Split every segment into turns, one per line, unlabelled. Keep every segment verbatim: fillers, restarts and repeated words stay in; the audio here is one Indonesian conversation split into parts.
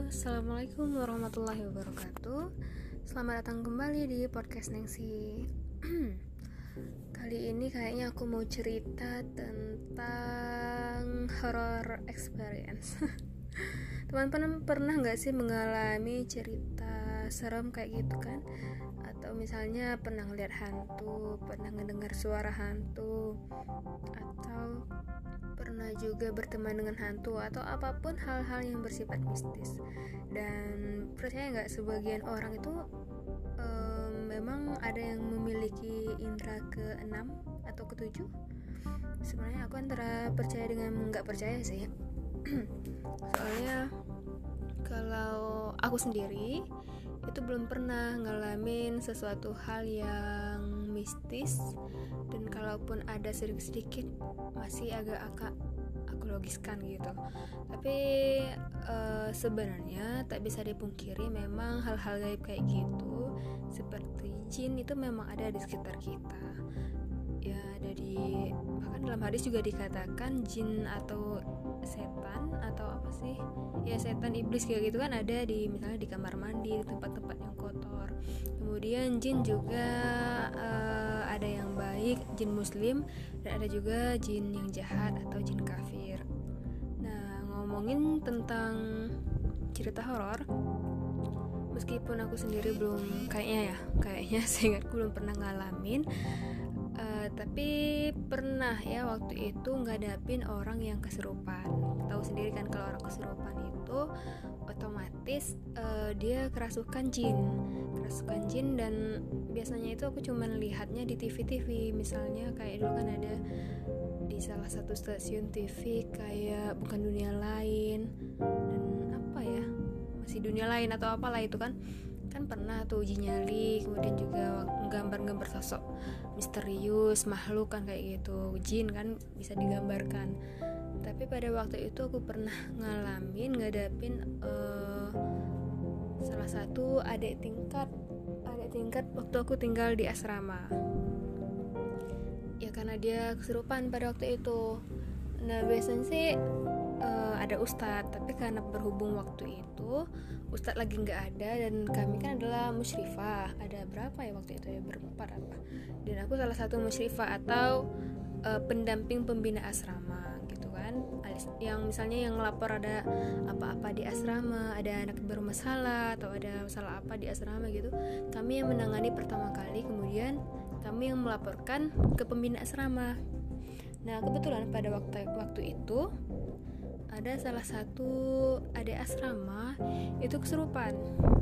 Assalamualaikum warahmatullahi wabarakatuh. Selamat datang kembali di podcast Nengsi. Kali ini kayaknya aku mau cerita tentang horror experience. Teman-teman pernah gak sih mengalami cerita serem kayak gitu kan? Atau misalnya pernah ngeliat hantu, pernah ngedengar suara hantu, atau pernah juga berteman dengan hantu, atau apapun hal-hal yang bersifat mistis. Dan percaya nggak, sebagian orang itu um, memang ada yang memiliki indera keenam atau ketujuh. Sebenarnya aku antara percaya dengan nggak percaya sih. Soalnya kalau aku sendiri itu belum pernah ngalamin sesuatu hal yang mistis, dan kalaupun ada sedikit-sedikit masih agak agak aku logiskan gitu. Tapi uh, sebenarnya tak bisa dipungkiri memang hal-hal gaib kayak gitu seperti jin itu memang ada di sekitar kita. Ya, dari bahkan dalam hadis juga dikatakan jin atau setan atau apa sih? Ya setan, iblis kayak gitu kan ada di misalnya di kamar mandi, di tempat-tempat yang kotor. Kemudian jin juga uh, ada yang baik, jin muslim, dan ada juga jin yang jahat atau jin kafir. Nah, ngomongin tentang cerita horor, meskipun aku sendiri belum kayaknya ya, kayaknya seingatku belum pernah ngalamin. Uh, tapi pernah ya waktu itu ngadapin orang yang kesurupan. Tahu sendiri kan kalau orang kesurupan itu otomatis uh, dia kerasukan jin, kerasukan jin dan biasanya itu aku cuman lihatnya di T V-T V. Misalnya kayak dulu kan ada di salah satu stasiun T V kayak Bukan Dunia Lain dan apa ya, masih Dunia Lain atau apalah itu kan. Kan pernah tuh uji nyali, kemudian juga gambar-gambar sosok misterius, makhluk kan kayak gitu, jin kan bisa digambarkan. Tapi pada waktu itu aku pernah ngalamin ngadapin uh, salah satu adik tingkat adik tingkat waktu aku tinggal di asrama. Ya karena dia kesurupan pada waktu itu. Nah biasanya sih uh, ada ustadz, tapi karena berhubung waktu itu ustadz lagi nggak ada dan kami kan adalah musyrifah, ada berapa ya waktu itu ya, berempat apa, dan aku salah satu musyrifah atau uh, pendamping pembina asrama gitu kan, yang misalnya yang ngelapor ada apa-apa di asrama, ada anak bermasalah atau ada masalah apa di asrama gitu, kami yang menangani pertama kali, kemudian kami yang melaporkan ke pembina asrama. Nah kebetulan pada waktu waktu itu ada salah satu adik asrama itu kesurupan.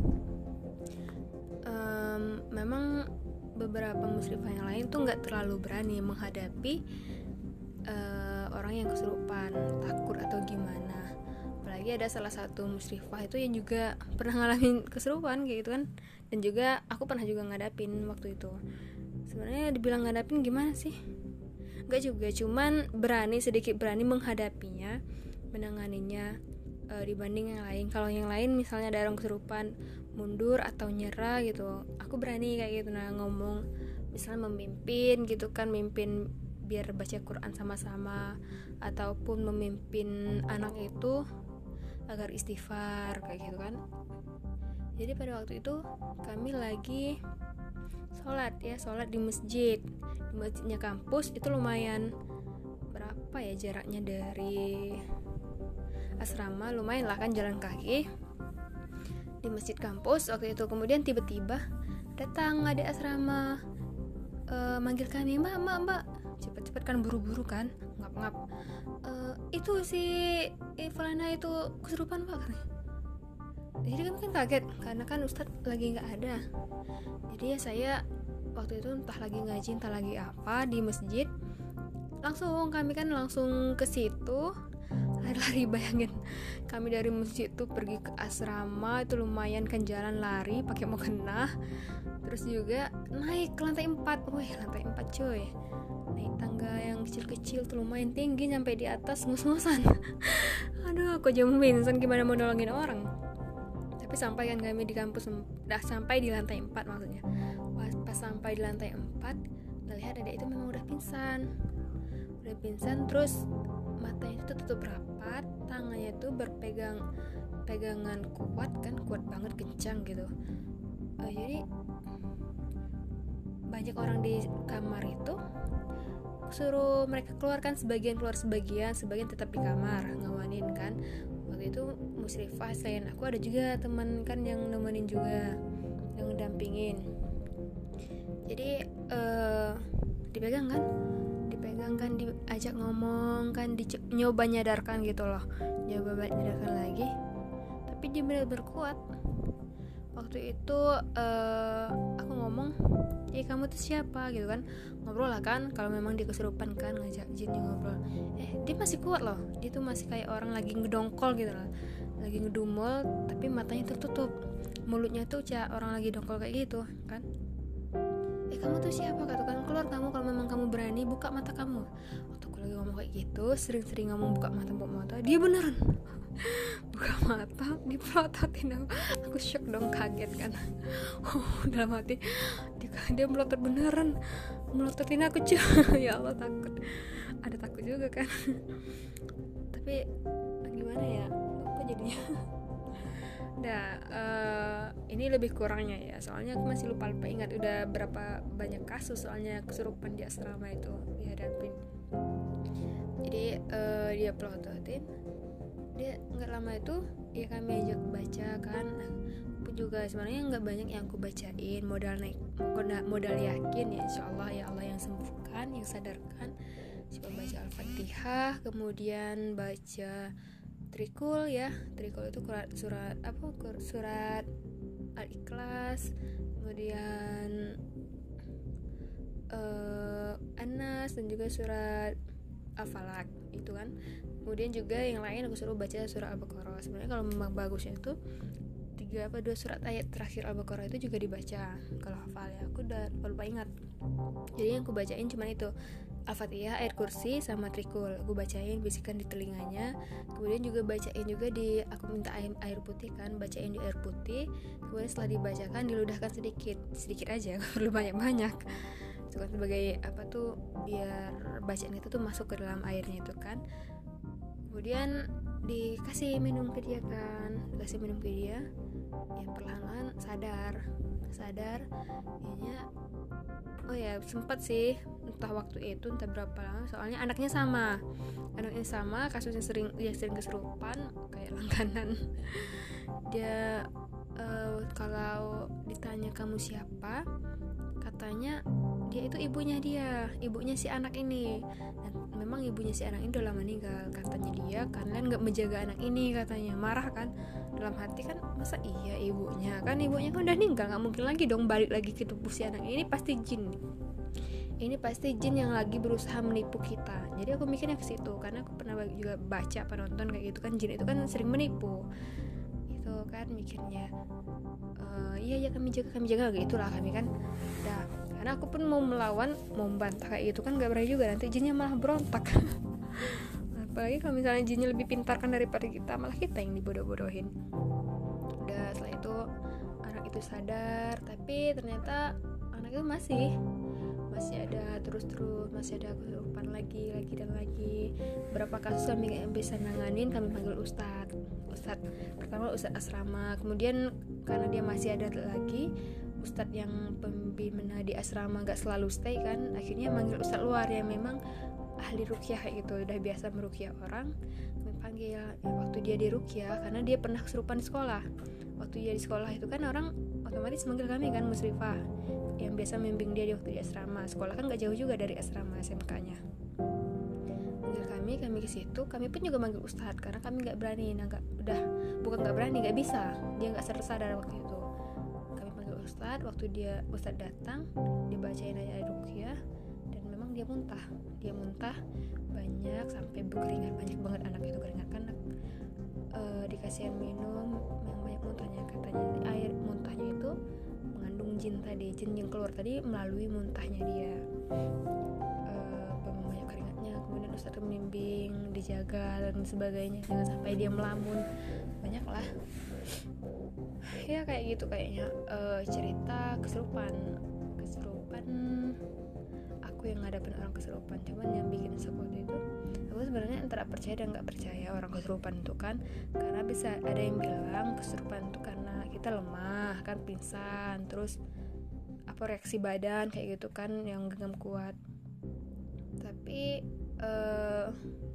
Um, memang beberapa musyrifah yang lain tuh nggak terlalu berani menghadapi uh, orang yang kesurupan, takut atau gimana. Apalagi ada salah satu musyrifah itu yang juga pernah ngalamin kesurupan kayak gitu kan, dan juga aku pernah juga ngadapin waktu itu. Sebenarnya dibilang ngadapin gimana sih? Enggak juga, cuman berani, sedikit berani menghadapinya, menanganinya e, dibanding yang lain. Kalau yang lain misalnya ada orang kesurupan mundur atau nyerah gitu, aku berani kayak gitu, nah ngomong misalnya memimpin gitu kan, mimpin biar baca Quran sama-sama, ataupun memimpin anak itu agar istighfar kayak gitu kan. Jadi pada waktu itu kami lagi sholat ya, sholat di masjid, di masjidnya kampus itu lumayan berapa ya jaraknya dari asrama, lumayan lah kan jalan kaki di masjid kampus waktu itu. Kemudian tiba-tiba datang adik asrama e, manggil kami, mbak mbak mbak cepet-cepet kan, buru-buru kan, ngap-ngap, e, itu si Fulana itu kesurupan pak katanya. Jadi kami kan kaget karena kan ustadz lagi nggak ada. Jadi ya saya waktu itu entah lagi ngaji entah lagi apa di masjid, langsung kami kan langsung ke situ lari-lari. Bayangin kami dari masjid tuh pergi ke asrama itu lumayan kan, jalan lari pakai mukena, terus juga naik ke lantai empat. Wih lantai empat cuy, naik tangga yang kecil-kecil tuh lumayan tinggi sampai di atas, ngos-ngosan. Aduh aku aja pingsan, gimana mau nolongin orang. Tapi sampai kan kami di kampus, udah sampai di lantai empat maksudnya. Pas, pas sampai di lantai empat, ngelihat adek itu memang udah pingsan. Udah pingsan terus matanya itu tutup rapat, tangannya itu berpegang pegangan kuat kan, kuat banget, kencang gitu. Uh, jadi banyak orang di kamar itu suruh mereka keluarkan, sebagian keluar sebagian, sebagian tetap di kamar ngamanin kan. Waktu itu Musrifah selain aku ada juga teman kan yang nemenin juga, yang ngedampingin. Jadi uh, dipegang kan, dipegang kan, diajak ngomong kan, di, nyoba nyadarkan gitu loh, nyoba nyadarkan lagi, tapi dia benar-benar kuat. Waktu itu uh, aku ngomong, eh kamu tuh siapa gitu kan, ngobrol lah kan, kalau memang dia kesurupan kan, ngajak jinnya ngobrol. Eh dia masih kuat loh, dia tuh masih kayak orang lagi ngedongkol gitu lah, lagi ngedumel tapi matanya tertutup, mulutnya tuh kayak orang lagi dongkol kayak gitu kan. Eh kamu tuh siapa, katakan keluar kamu, kalau memang kamu berani buka mata kamu. Waktu aku lagi ngomong kayak gitu, sering-sering ngomong buka mata buka mata, dia beneran buka mata, dipelototin aku. Aku shock dong, kaget kan. Oh, dalam hati dia, dia melotot beneran, melototin aku cuy. Ya Allah, takut, ada takut juga kan. Tapi gimana ya, lupa jadinya. Nah, uh, ini lebih kurangnya ya, soalnya aku masih lupa lupa ingat udah berapa banyak kasus soalnya kesurupan di asrama itu dihadapin. Jadi uh, dia pelototin, dia nggak lama itu ya kami ajak baca kan. Nah, aku juga sebenarnya nggak banyak yang aku bacain, modal naik modal yakin ya insyaallah ya Allah yang sembuhkan, yang sadarkan. Coba baca Al-Fatihah, kemudian baca Trikul ya, Trikul itu surat, surat apa surat Al-Ikhlas, kemudian uh, An-Nas, dan juga surat Al-Falaq itu kan. Kemudian juga yang lain aku suruh baca surah Al-Baqarah. Sebenarnya kalau memang bagusnya itu tiga apa dua surat ayat terakhir Al-Baqarah itu juga dibaca kalau hafal ya. Aku udah lupa ingat. Jadi yang aku bacain cuma itu Al-Fatihah, ayat kursi, sama Trikul. Aku bacain, bisikan di telinganya. Kemudian juga bacain juga di, aku minta air, air putih kan, bacain di air putih. Kemudian setelah dibacakan diludahkan sedikit, sedikit aja, gak perlu banyak-banyak. Itu kan sebagai apa tuh, biar bacaan itu tuh masuk ke dalam airnya itu kan. Kemudian dikasih minum ke dia kan, dikasih minum ke dia, ya perlahan-lahan sadar, sadar, kayaknya, oh ya sempat sih, entah waktu itu entah berapa lama, soalnya anaknya sama, anaknya sama, kasusnya sering, dia sering kesurupan, kayak langganan. Dia uh, kalau ditanya kamu siapa, katanya dia itu ibunya dia, ibunya si anak ini. Dan memang ibunya si anak ini udah lama meninggal, katanya dia, kalian nggak menjaga anak ini, katanya. Marah kan, dalam hati kan, masa iya ibunya, kan ibunya kan udah meninggal, nggak mungkin lagi dong balik lagi ke tubuh si anak ini, pasti jin, ini pasti jin yang lagi berusaha menipu kita. Jadi aku mikirnya ke situ, karena aku pernah juga baca, pernah nonton kayak gitu kan, jin itu kan sering menipu, itu kan mikirnya. Uh, iya ya kami jaga kami jaga gitu lah kami kan. Dah, karena aku pun mau melawan, mau membantah kayak gitu kan gak berani juga, nanti jinnya malah berontak. Apalagi kalau misalnya jinnya lebih pintar kan daripada kita, malah kita yang dibodoh-bodohin. Udah, setelah itu anak itu sadar, tapi ternyata anak itu masih masih ada terus-terus, masih ada kesurupan lagi, lagi dan lagi. Berapa kasus kami gak bisa nanganin, kami panggil ustadz. Ustadz pertama ustadz asrama, kemudian karena dia masih ada lagi ustadz yang pembina di asrama gak selalu stay kan, akhirnya manggil ustadz luar yang memang ahli ruqyah gitu, udah biasa meruqyah orang. Kami panggil ya, waktu dia di ruqyah, karena dia pernah kesurupan di sekolah. Waktu dia di sekolah itu kan orang otomatis manggil kami kan, Musrifah yang biasa membimbing dia di waktu di asrama. Sekolah kan gak jauh juga dari asrama S M K-nya. Manggil kami, kami ke situ, kami pun juga manggil ustadz karena kami gak berani, nah gak, udah bukan gak berani, gak bisa, dia gak sadar-sadar waktu itu. Kami panggil ustadz, waktu dia ustadz datang, dibacain ayat ruqyah, dan memang dia muntah, dia muntah banyak sampai berkeringat, banyak banget anak itu keringat kan. Uh, dikasih minum yang banyak muntahnya, katanya air muntahnya itu mengandung jin tadi, jin yang keluar tadi melalui muntahnya dia. Uh, banyak keringatnya, kemudian ustadz membimbing, dijaga dan sebagainya, jangan sampai dia melamun, banyak lah ya kayak gitu kayaknya. Uh, cerita kesurupan kesurupan aku yang ngadepin orang kesurupan. Cuman yang bikin shock waktu itu, aku aku sebenarnya antara percaya dan nggak percaya orang kesurupan itu kan, karena bisa ada yang bilang kesurupan itu karena kita lemah kan, pingsan, terus apa reaksi badan kayak gitu kan yang genggam kuat. Tapi uh,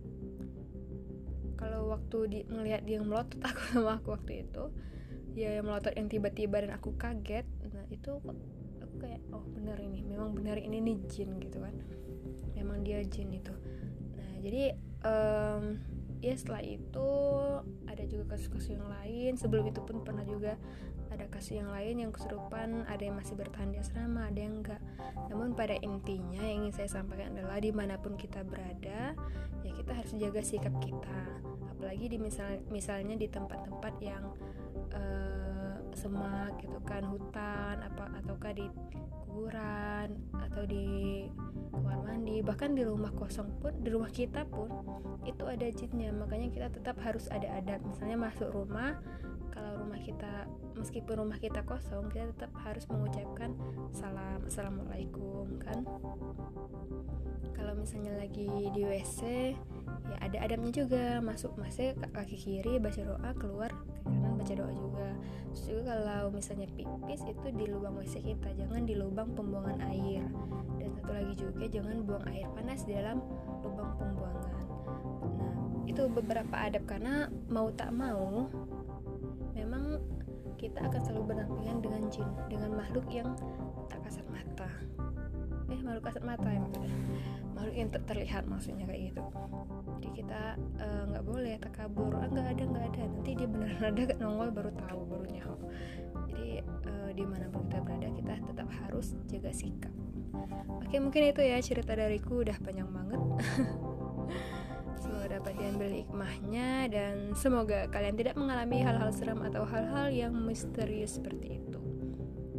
kalau waktu di ngelihat dia melotot aku sama aku waktu itu, ya yang melotot yang tiba-tiba dan aku kaget, nah itu aku kayak oh benar ini, memang benar ini nih jin gitu kan, memang dia jin itu. Nah jadi um, ya setelah itu ada juga kasus-kasus yang lain. Sebelum itu pun pernah juga ada kasus yang lain yang kesurupan, ada yang masih bertahan di asrama, ada yang enggak. Namun pada intinya yang ingin saya sampaikan adalah dimanapun kita berada, ya kita harus jaga sikap kita. Apalagi di misal misalnya di tempat-tempat yang uh, semak gitu kan, hutan apa ataukah di kuburan atau di kamar mandi, bahkan di rumah kosong pun, di rumah kita pun itu ada jinnya. Makanya kita tetap harus ada adab. Misalnya masuk rumah, kalau rumah kita meskipun rumah kita kosong, kita tetap harus mengucapkan salam, assalamualaikum kan. Kalau misalnya lagi di W C, ya ada adabnya juga. Masuk masuk kaki kiri baca doa, keluar kaki kanan baca doa juga. Terus juga kalau misalnya pipis itu di lubang W C kita, jangan di lubang pembuangan air. Dan satu lagi juga, jangan buang air panas di dalam lubang pembuangan. Nah, itu beberapa adab, karena mau tak mau memang kita akan selalu berdampingan dengan jin, dengan makhluk yang tak kasat mata. Eh, makhluk kasat mata ya maksudnya. Makhluk yang ter- terlihat maksudnya kayak gitu. Jadi kita nggak uh, boleh takabur, ah nggak ada nggak ada. Nanti dia beneran ada nongol baru tahu, baru nyaho. Jadi uh, dimanapun kita berada, kita tetap harus jaga sikap. Oke, mungkin itu ya cerita dariku, udah panjang banget. Semoga dapat diambil hikmahnya, dan semoga kalian tidak mengalami hal-hal seram atau hal-hal yang misterius seperti itu.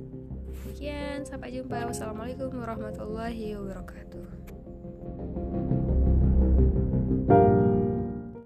Sekian, sampai jumpa. Wassalamualaikum warahmatullahi wabarakatuh.